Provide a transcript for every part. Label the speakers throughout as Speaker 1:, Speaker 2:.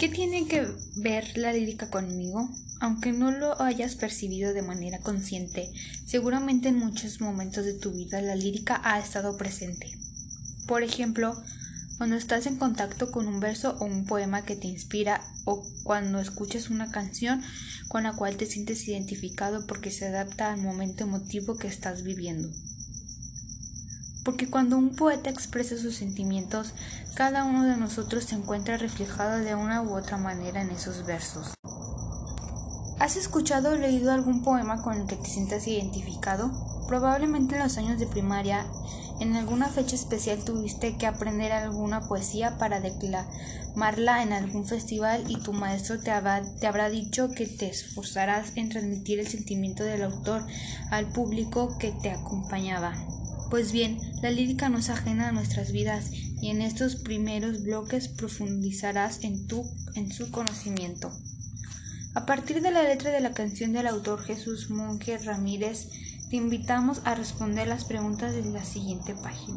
Speaker 1: ¿Qué tiene que ver la lírica conmigo? Aunque no lo hayas percibido de manera consciente, seguramente en muchos momentos de tu vida la lírica ha estado presente. Por ejemplo, cuando estás en contacto con un verso o un poema que te inspira, o cuando escuchas una canción con la cual te sientes identificado porque se adapta al momento emotivo que estás viviendo. Porque cuando un poeta expresa sus sentimientos, cada uno de nosotros se encuentra reflejado de una u otra manera en esos versos. ¿Has escuchado o leído algún poema con el que te sientas identificado? Probablemente en los años de primaria, en alguna fecha especial tuviste que aprender alguna poesía para declamarla en algún festival y tu maestro te habrá dicho que te esforzarás en transmitir el sentimiento del autor al público que te acompañaba. Pues bien, la lírica no es ajena a nuestras vidas y en estos primeros bloques profundizarás en su conocimiento. A partir de la letra de la canción del autor Jesús Monge Ramírez, te invitamos a responder las preguntas de la siguiente página.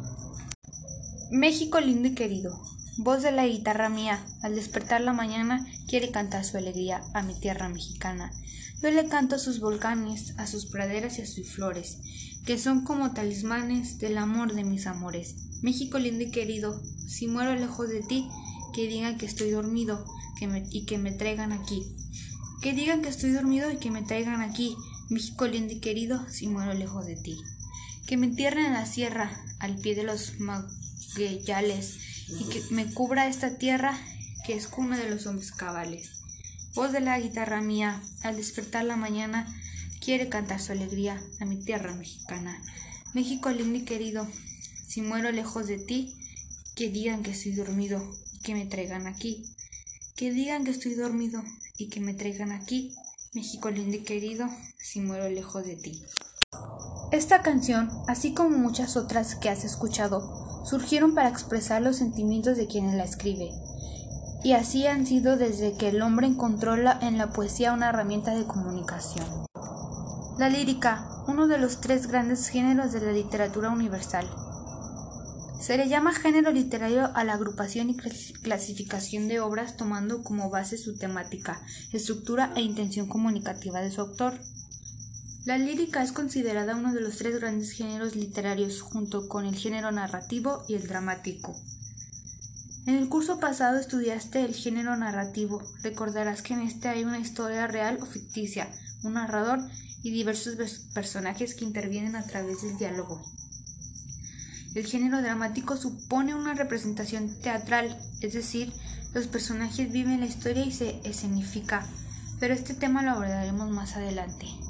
Speaker 1: México lindo y querido, voz de la guitarra mía, al despertar la mañana quiere cantar su alegría a mi tierra mexicana. Yo le canto a sus volcanes, a sus praderas y a sus flores, que son como talismanes del amor de mis amores. México lindo y querido, si muero lejos de ti, que digan que estoy dormido y que me traigan aquí. Que digan que estoy dormido y que me traigan aquí. México lindo y querido, si muero lejos de ti. Que me entierren en la sierra, al pie de los magueyales, y que me cubra esta tierra, que es cuna de los hombres cabales. Voz de la guitarra mía, al despertar la mañana, quiere cantar su alegría a mi tierra mexicana. México lindo y querido, si muero lejos de ti, que digan que estoy dormido y que me traigan aquí. Que digan que estoy dormido y que me traigan aquí. México lindo y querido, si muero lejos de ti. Esta canción, así como muchas otras que has escuchado, surgieron para expresar los sentimientos de quienes la escribe. Y así han sido desde que el hombre encontró en la poesía una herramienta de comunicación. La lírica, uno de los 3 grandes géneros de la literatura universal. Se le llama género literario a la agrupación y clasificación de obras tomando como base su temática, estructura e intención comunicativa de su autor. La lírica es considerada uno de los 3 grandes géneros literarios junto con el género narrativo y el dramático. En el curso pasado estudiaste el género narrativo. Recordarás que en este hay una historia real o ficticia, un narrador y diversos personajes que intervienen a través del diálogo. El género dramático supone una representación teatral, es decir, los personajes viven la historia y se escenifica, pero este tema lo abordaremos más adelante.